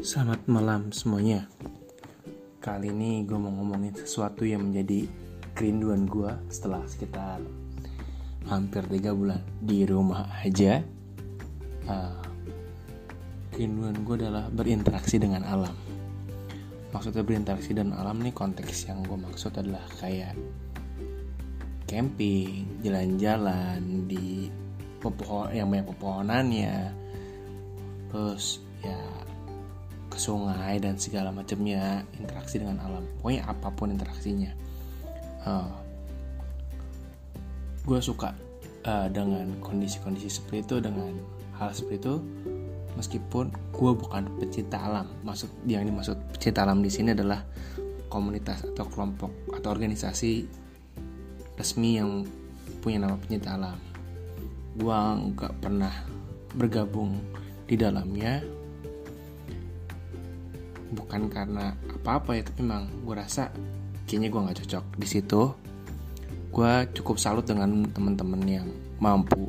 Selamat malam semuanya. Kali ini gue mau ngomongin sesuatu yang menjadi kerinduan gue setelah sekitar hampir 3 bulan di rumah aja. Kerinduan gue adalah berinteraksi dengan alam. Maksudnya berinteraksi dengan alam nih, konteks yang gue maksud adalah kayak camping, jalan-jalan di yang banyak pepohonannya, terus ya ke sungai dan segala macamnya, interaksi dengan alam. Pokoknya apapun interaksinya. Gue suka dengan kondisi-kondisi seperti itu, dengan hal seperti itu, meskipun gue bukan pecinta alam. Yang dimaksud pecinta alam di sini adalah komunitas atau kelompok atau organisasi resmi yang punya nama pecinta alam. Gue nggak pernah bergabung di dalamnya, bukan karena apa-apa ya, tapi memang gue rasa kayaknya gue nggak cocok di situ. Gue cukup salut dengan teman-teman yang mampu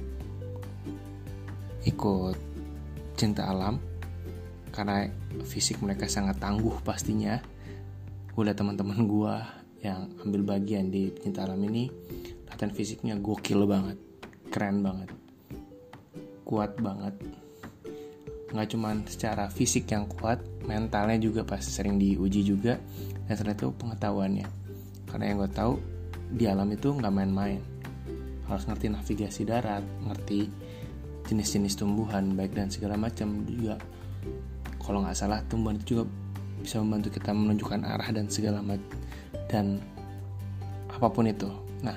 ikut cinta alam karena fisik mereka sangat tangguh pastinya. Gue lihat teman-teman gue yang ambil bagian di cinta alam ini, latihan fisiknya gokil banget, keren banget, kuat banget. Nggak cuma secara fisik yang kuat, mentalnya juga pasti sering diuji juga. Dan setelah itu pengetahuannya, karena yang gue tahu di alam itu nggak main-main. Harus ngerti navigasi darat, ngerti jenis-jenis tumbuhan baik dan segala macam juga. Kalau nggak salah tumbuhan itu juga bisa membantu kita menunjukkan arah dan segala macam dan apapun itu. Nah,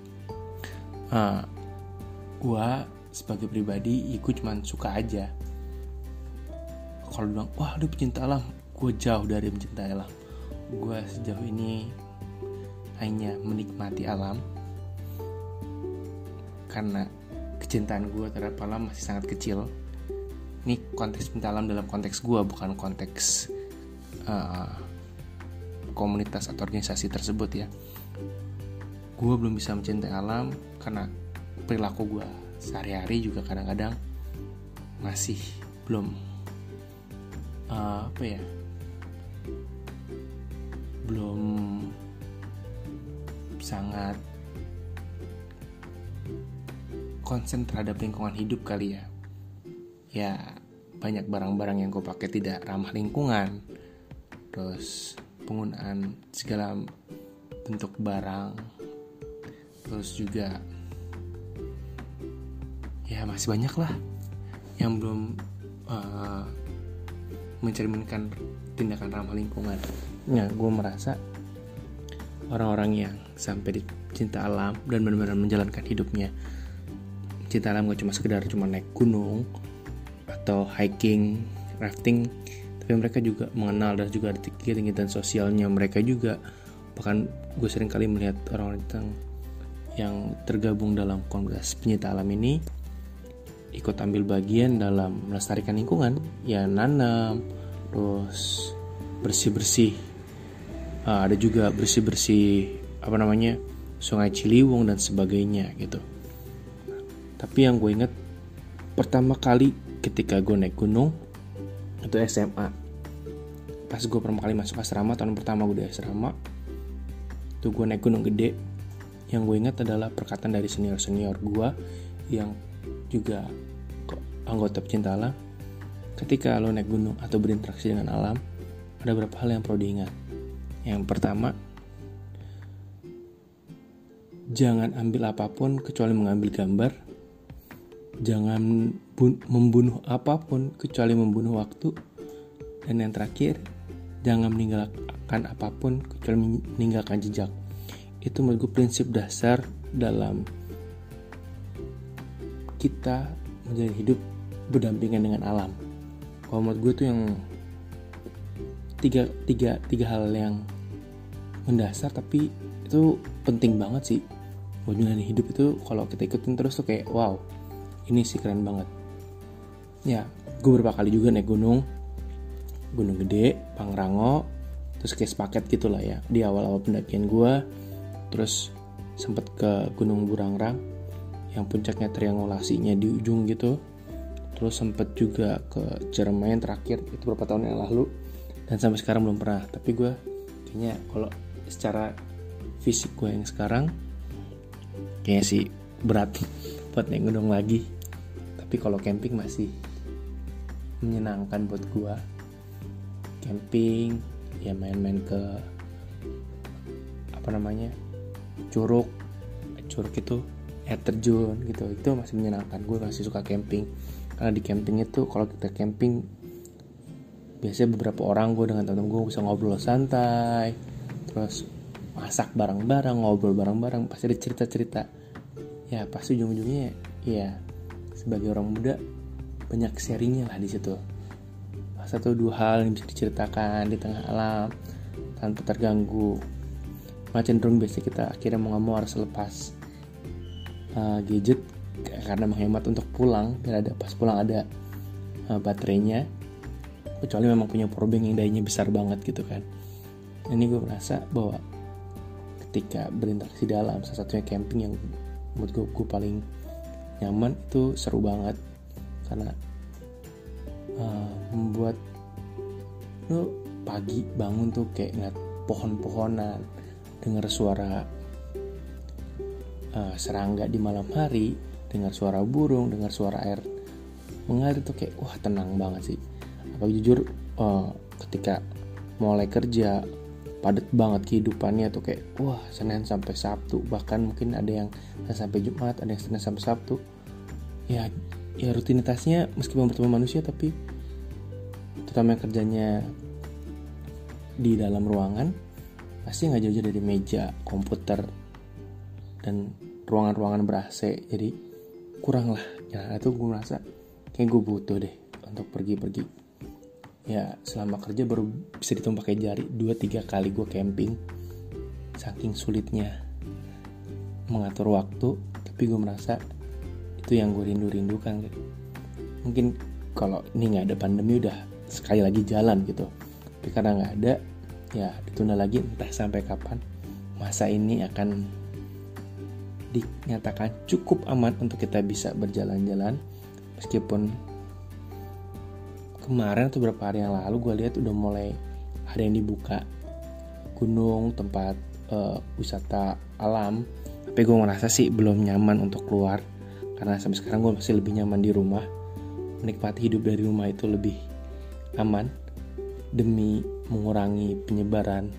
gue sebagai pribadi cuma suka aja. Kalau bilang, wah lu pecinta alam, gue jauh dari mencintai alam. Gue sejauh ini hanya menikmati alam, karena kecintaan gue terhadap alam masih sangat kecil. Ini konteks cinta alam dalam konteks gue, bukan konteks komunitas atau organisasi tersebut ya. Gue belum bisa mencintai alam karena perilaku gue sehari-hari juga kadang-kadang masih belum belum sangat konsen terhadap lingkungan hidup kali ya. Ya banyak barang-barang yang gue pakai tidak ramah lingkungan, terus penggunaan segala bentuk barang, terus juga ya masih banyak lah yang belum mencerminkan tindakan ramah lingkungan. Ya, gue merasa orang-orang yang sampai di cinta alam dan benar-benar menjalankan hidupnya. Cinta alam gak cuma naik gunung atau hiking, rafting, tapi mereka juga mengenal dan juga ada kegiatan sosialnya mereka juga. Bahkan gue sering kali melihat orang-orang yang tergabung dalam komunitas pencinta alam ini ikut ambil bagian dalam melestarikan lingkungan, ya nanam, terus bersih-bersih, ada juga bersih-bersih Sungai Ciliwung dan sebagainya gitu. Tapi yang gue inget pertama kali ketika gue naik gunung itu SMA. Pas gue pertama kali masuk asrama, tahun pertama gue di asrama, itu gue naik gunung gede. Yang gue ingat adalah perkataan dari senior-senior gue yang juga anggota pecinta alam. Ketika lo naik gunung atau berinteraksi dengan alam, ada beberapa hal yang perlu diingat. Yang pertama, jangan ambil apapun kecuali mengambil gambar. Jangan membunuh apapun kecuali membunuh waktu. Dan yang terakhir, jangan meninggalkan apapun kecuali meninggalkan jejak. Itu menurut gue prinsip dasar dalam kita menjalani hidup berdampingan dengan alam. Kalau menurut gue tuh yang tiga hal yang mendasar, tapi itu penting banget sih buat menjalani hidup itu. Kalau kita ikutin terus tuh kayak wow, ini sih keren banget. Ya, gue beberapa kali juga naik gunung gede, Pangrango, terus kayak sepaket gitu lah ya di awal-awal pendakian gue. Terus sempet ke Gunung Burangrang yang puncaknya triangulasinya di ujung gitu. Terus sempet juga ke Jerman terakhir itu beberapa tahun yang lalu, dan sampai sekarang belum pernah. Tapi gue kayaknya kalau secara fisik gue yang sekarang kayaknya sih berat buat naik gunung lagi. Tapi kalau camping masih menyenangkan buat gue. Camping ya, main-main ke curug itu air terjun gitu, itu masih menyenangkan. Gue masih suka camping karena di camping itu kalau kita camping biasanya beberapa orang, gue dengan teman-teman gue bisa ngobrol santai, terus masak bareng-bareng, ngobrol bareng-bareng, pasti ada cerita-cerita. Ya pasti ujung-ujungnya ya sebagai orang muda banyak sharingnya lah di situ. Satu dua hal yang bisa diceritakan di tengah alam tanpa terganggu. Cenderung biasanya kita akhirnya mau nggak mau harus lepas gadget karena menghemat untuk pulang, biar ada pas pulang ada baterainya. Kecuali memang punya powerbank yang dayanya besar banget gitu kan. Ini gue merasa bahwa ketika berinteraksi dalam, salah satunya camping yang menurut gue paling nyaman, itu seru banget karena membuat lo pagi bangun tuh kayak ngeliat pohon-pohonan, dengar suara serangga di malam hari, dengar suara burung, dengar suara air mengalir, tuh kayak wah tenang banget sih. Apalagi jujur ketika mulai kerja padat banget kehidupannya tuh kayak wah Senin sampai Sabtu, bahkan mungkin ada yang sampai Jumat, ada yang Senin sampai Sabtu. Ya rutinitasnya meskipun bertemu manusia, tapi terutama yang kerjanya di dalam ruangan pasti nggak jauh-jauh dari meja, komputer, dan ruangan-ruangan ber-AC. Jadi kurang lah. Ya itu gue merasa kayak gue butuh deh untuk pergi-pergi. Ya selama kerja baru bisa dihitung pakai jari 2-3 kali gue camping. Saking sulitnya mengatur waktu, tapi gue merasa itu yang gue rindu-rindukan gitu. Mungkin kalau ini nggak ada pandemi udah sekali lagi jalan gitu, tapi karena nggak ada ya ditunda lagi, entah sampai kapan masa ini akan dinyatakan cukup aman untuk kita bisa berjalan-jalan. Meskipun kemarin atau beberapa hari yang lalu gue lihat udah mulai ada yang dibuka gunung, tempat wisata alam, tapi gue ngerasa sih belum nyaman untuk keluar karena sampai sekarang gue masih lebih nyaman di rumah. Menikmati hidup dari rumah itu lebih aman demi mengurangi penyebaran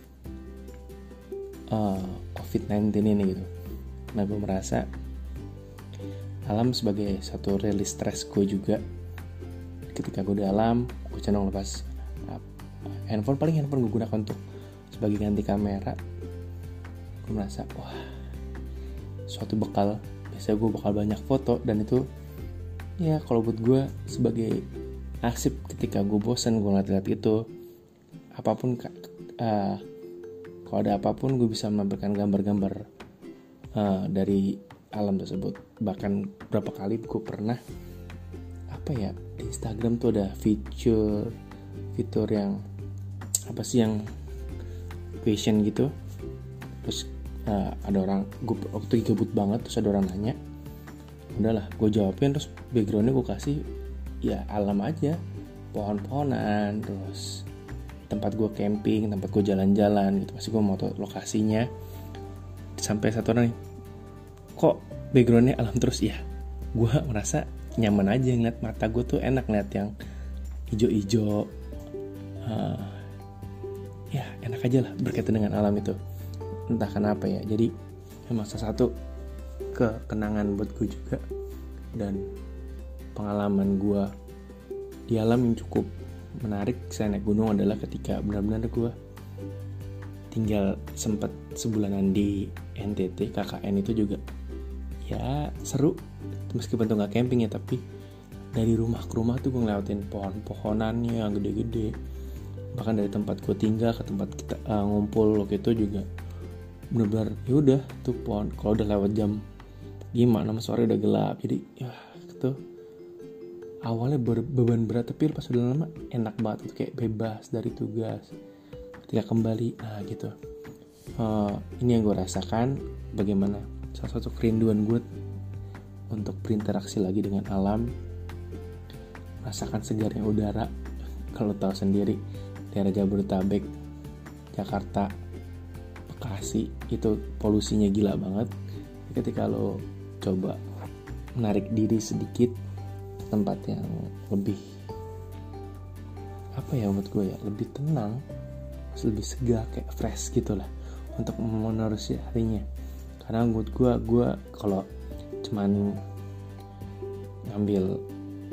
COVID-19 ini gitu. Nah gue merasa alam sebagai satu rilis stres gue juga. Ketika gue di alam, gue cenderung lepas handphone gue gunakan untuk sebagai ganti kamera. Gue merasa wah suatu bekal. Biasanya gue bakal banyak foto, dan itu ya kalau buat gue sebagai arsip ketika gue bosan gue ngeliat itu. Apapun kalau ada apapun gue bisa menampilkan gambar-gambar dari alam tersebut. Bahkan berapa kali gue pernah di Instagram tuh ada fitur yang yang question gitu. Terus ada orang, gue waktu itu gabut banget, terus ada orang nanya, udahlah gue jawabin, terus backgroundnya gue kasih ya alam aja, pohon-pohonan, terus tempat gue camping, tempat gue jalan-jalan gitu. Pasti gue mau tahu lokasinya. Sampai satu orang nih, kok backgroundnya alam terus? Ya gue merasa nyaman aja ngeliat, mata gue tuh enak ngeliat yang hijau-hijau. Ya enak aja lah berkaitan dengan alam itu, entah kenapa ya. Jadi memang salah satu kenangan buat gue juga, dan pengalaman gue di alam yang cukup menarik saya naik gunung adalah ketika benar-benar gue tinggal sempat sebulanan di NTT KKN. Itu juga ya seru, meskipun tuh gak camping ya, tapi dari rumah ke rumah tuh gue ngelewatin pohon-pohonannya yang gede-gede. Bahkan dari tempat gue tinggal ke tempat kita ngumpul waktu itu juga benar-benar yaudah tuh pohon, kalau udah lewat jam 5-6 sore udah gelap. Jadi ya itu awalnya beban berat, tapi pas udah lama enak banget gitu, kayak bebas dari tugas ketika kembali gitu. Ini yang gue rasakan, bagaimana salah satu kerinduan gue untuk berinteraksi lagi dengan alam. rasakan segarnya udara. Kalau tahu sendiri daerah Jabodetabek, Jakarta, Bekasi itu polusinya gila banget. Ketika lo coba menarik diri sedikit ke tempat yang lebih menurut gue ya, lebih tenang, lebih segar, kayak fresh gitu lah untuk meneruskan harinya. Karena menurut gue kalau cuman ngambil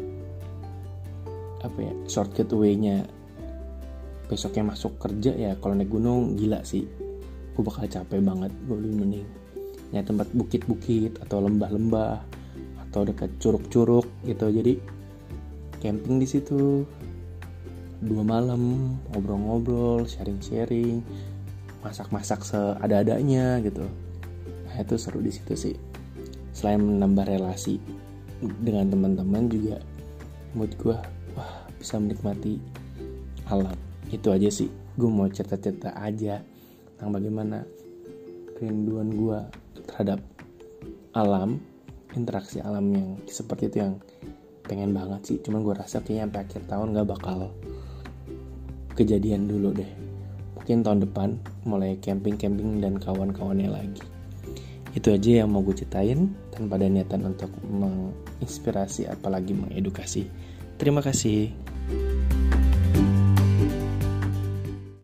shortcut way-nya besoknya masuk kerja, ya kalau naik gunung gila sih, gue bakal capek banget. Gue lebih mending ya tempat bukit-bukit atau lembah-lembah atau dekat curug-curug gitu. Jadi camping di situ 2 malam, ngobrol-ngobrol, sharing-sharing, masak-masak seada-adanya gitu. Nah itu seru di situ sih. Selain menambah relasi dengan teman-teman juga, menurut gue bisa menikmati alam. Itu aja sih, gue mau cerita-cerita aja tentang bagaimana kerinduan gue terhadap alam, interaksi alam yang seperti itu yang pengen banget sih. Cuman gue rasa kayaknya sampai akhir tahun gak bakal kejadian dulu deh. Mungkin tahun depan mulai camping-camping dan kawan-kawannya lagi. Itu aja yang mau gue ceritain, tanpa ada niatan untuk menginspirasi apalagi mengedukasi. Terima kasih.